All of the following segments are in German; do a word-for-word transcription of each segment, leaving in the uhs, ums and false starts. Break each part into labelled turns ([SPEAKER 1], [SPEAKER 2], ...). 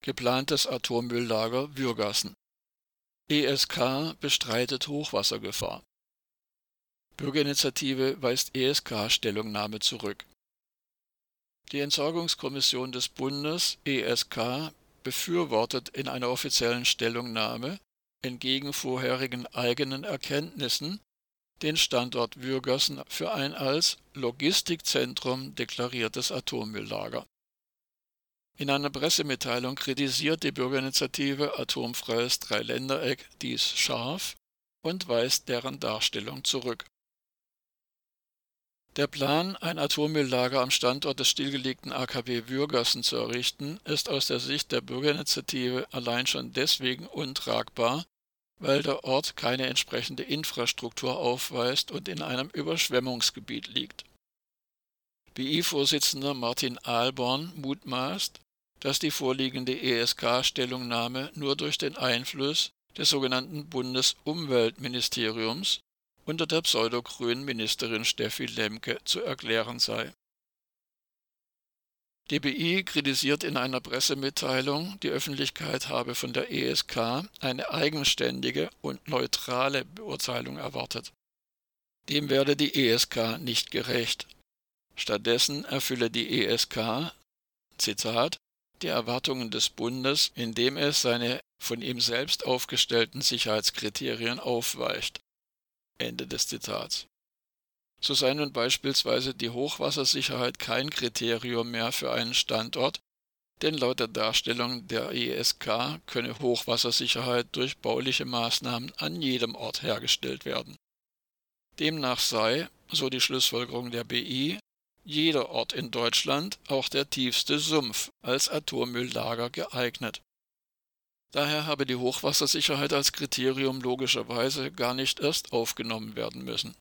[SPEAKER 1] Geplantes Atommülllager Würgassen. E S K bestreitet Hochwassergefahr. Bürgerinitiative weist E S K-Stellungnahme zurück. Die Entsorgungskommission des Bundes, E S K, befürwortet in einer offiziellen Stellungnahme, entgegen vorherigen eigenen Erkenntnissen, den Standort Würgassen für ein als Logistikzentrum deklariertes Atommülllager. In einer Pressemitteilung kritisiert die Bürgerinitiative Atomfreies Dreiländereck dies scharf und weist deren Darstellung zurück. Der Plan, ein Atommülllager am Standort des stillgelegten A K W Würgassen zu errichten, ist aus der Sicht der Bürgerinitiative allein schon deswegen untragbar, weil der Ort keine entsprechende Infrastruktur aufweist und in einem Überschwemmungsgebiet liegt. B I-Vorsitzender Martin Alborn mutmaßt, dass die vorliegende E S K-Stellungnahme nur durch den Einfluss des sogenannten Bundesumweltministeriums unter der pseudogrünen Ministerin Steffi Lemke zu erklären sei. Die B I kritisiert in einer Pressemitteilung, die Öffentlichkeit habe von der E S K eine eigenständige und neutrale Beurteilung erwartet. Dem werde die E S K nicht gerecht. Stattdessen erfülle die E S K, Zitat, die Erwartungen des Bundes, indem es seine von ihm selbst aufgestellten Sicherheitskriterien aufweicht. Ende des Zitats. So sei nun beispielsweise die Hochwassersicherheit kein Kriterium mehr für einen Standort, denn laut der Darstellung der E S K könne Hochwassersicherheit durch bauliche Maßnahmen an jedem Ort hergestellt werden. Demnach sei, so die Schlussfolgerung der B I, jeder Ort in Deutschland, auch der tiefste Sumpf, als Atommülllager geeignet. Daher habe die Hochwassersicherheit als Kriterium logischerweise gar nicht erst aufgenommen werden müssen.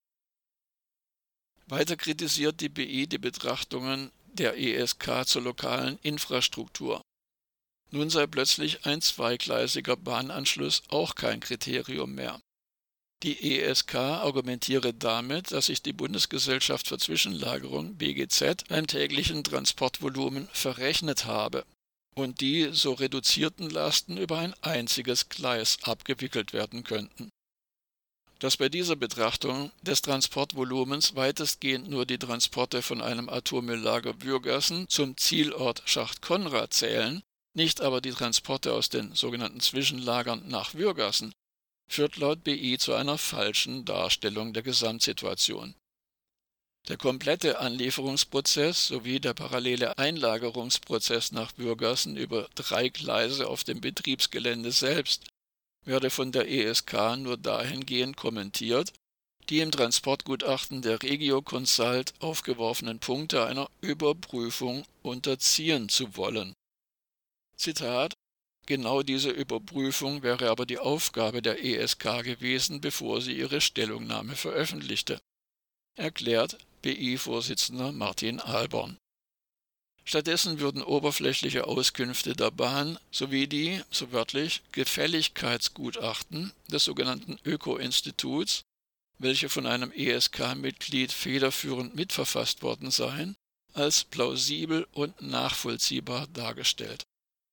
[SPEAKER 1] Weiter kritisiert die B I die Betrachtungen der E S K zur lokalen Infrastruktur. Nun sei plötzlich ein zweigleisiger Bahnanschluss auch kein Kriterium mehr. Die E S K argumentiere damit, dass sich die Bundesgesellschaft für Zwischenlagerung B G Z beim täglichen Transportvolumen verrechnet habe und die so reduzierten Lasten über ein einziges Gleis abgewickelt werden könnten. Dass bei dieser Betrachtung des Transportvolumens weitestgehend nur die Transporte von einem Atommülllager Würgassen zum Zielort Schacht Konrad zählen, nicht aber die Transporte aus den sogenannten Zwischenlagern nach Würgassen, führt laut B I zu einer falschen Darstellung der Gesamtsituation. Der komplette Anlieferungsprozess sowie der parallele Einlagerungsprozess nach Würgassen über drei Gleise auf dem Betriebsgelände selbst werde von der E S K nur dahingehend kommentiert, die im Transportgutachten der Regio Consult aufgeworfenen Punkte einer Überprüfung unterziehen zu wollen. Zitat: Genau diese Überprüfung wäre aber die Aufgabe der E S K gewesen, bevor sie ihre Stellungnahme veröffentlichte, erklärt B I-Vorsitzender Martin Alborn. Stattdessen würden oberflächliche Auskünfte der Bahn sowie die, so wörtlich, Gefälligkeitsgutachten des sogenannten Öko-Instituts, welche von einem E S K-Mitglied federführend mitverfasst worden seien, als plausibel und nachvollziehbar dargestellt.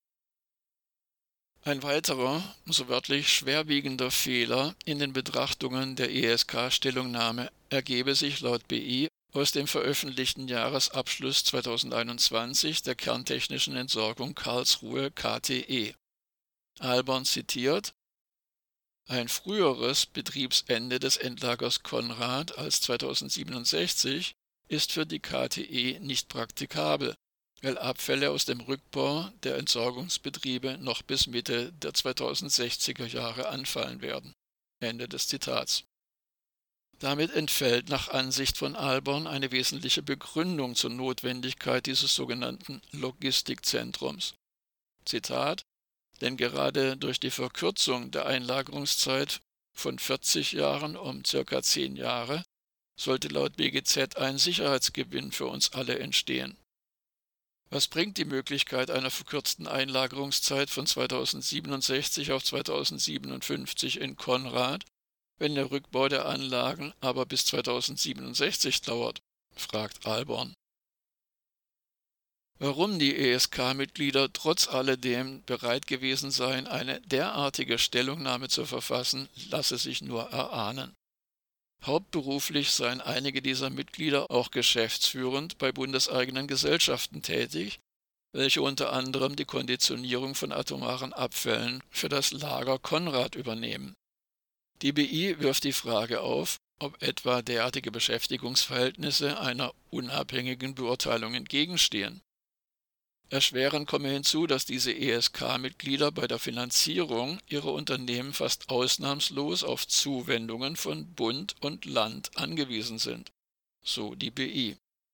[SPEAKER 1] Ein weiterer, so wörtlich schwerwiegender Fehler in den Betrachtungen der E S K-Stellungnahme ergebe sich laut B I aus dem veröffentlichten Jahresabschluss zweitausendeinundzwanzig der kerntechnischen Entsorgung Karlsruhe K T E. Alborn zitiert: Ein früheres Betriebsende des Endlagers Konrad als zweitausendsiebenundsechzig ist für die K T E nicht praktikabel, weil Abfälle aus dem Rückbau der Entsorgungsbetriebe noch bis Mitte der zweitausendsechziger Jahre anfallen werden. Ende des Zitats. Damit entfällt nach Ansicht von Alborn eine wesentliche Begründung zur Notwendigkeit dieses sogenannten Logistikzentrums. Zitat: Denn gerade durch die Verkürzung der Einlagerungszeit von vierzig Jahren um circa zehn Jahre sollte laut B G Z ein Sicherheitsgewinn für uns alle entstehen. Was bringt die Möglichkeit einer verkürzten Einlagerungszeit von zweitausendsiebenundsechzig auf zweitausendsiebenundfünfzig in Konrad, wenn der Rückbau der Anlagen aber bis zweitausendsiebenundsechzig dauert, fragt Alborn. Warum die E S K-Mitglieder trotz alledem bereit gewesen seien, eine derartige Stellungnahme zu verfassen, lasse sich nur erahnen. Hauptberuflich seien einige dieser Mitglieder auch geschäftsführend bei bundeseigenen Gesellschaften tätig, welche unter anderem die Konditionierung von atomaren Abfällen für das Lager Konrad übernehmen. Die B I wirft die Frage auf, ob etwa derartige Beschäftigungsverhältnisse einer unabhängigen Beurteilung entgegenstehen. Erschwerend komme hinzu, dass diese E S K-Mitglieder bei der Finanzierung ihrer Unternehmen fast ausnahmslos auf Zuwendungen von Bund und Land angewiesen sind, so die B I.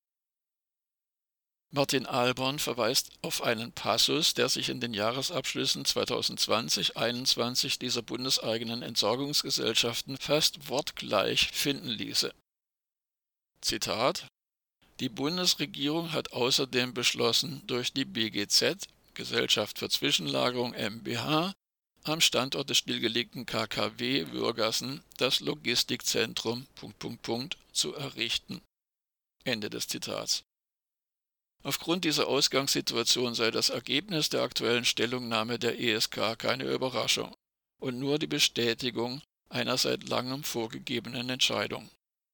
[SPEAKER 1] Martin Alborn verweist auf einen Passus, der sich in den Jahresabschlüssen zweitausendzwanzig einundzwanzig dieser bundeseigenen Entsorgungsgesellschaften fast wortgleich finden ließe. Zitat: Die Bundesregierung hat außerdem beschlossen, durch die B G Z, Gesellschaft für Zwischenlagerung mbH, am Standort des stillgelegten K K W Würgassen das Logistikzentrum zu errichten. Ende des Zitats. Aufgrund dieser Ausgangssituation sei das Ergebnis der aktuellen Stellungnahme der E S K keine Überraschung und nur die Bestätigung einer seit langem vorgegebenen Entscheidung.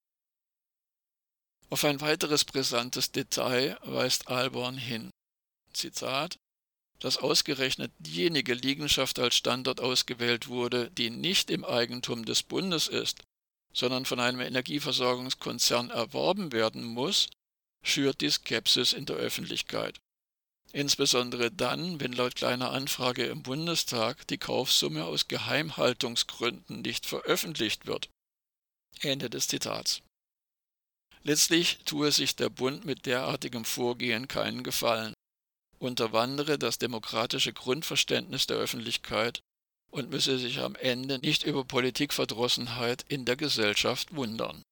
[SPEAKER 1] Auf ein weiteres brisantes Detail weist Alborn hin. Zitat: Dass ausgerechnet diejenige Liegenschaft als Standort ausgewählt wurde, die nicht im Eigentum des Bundes ist, sondern von einem Energieversorgungskonzern erworben werden muss, schürt die Skepsis in der Öffentlichkeit. Insbesondere dann, wenn laut kleiner Anfrage im Bundestag die Kaufsumme aus Geheimhaltungsgründen nicht veröffentlicht wird. Ende des Zitats. Letztlich tue sich der Bund mit derartigem Vorgehen keinen Gefallen, unterwandere das demokratische Grundverständnis der Öffentlichkeit und müsse sich am Ende nicht über Politikverdrossenheit in der Gesellschaft wundern.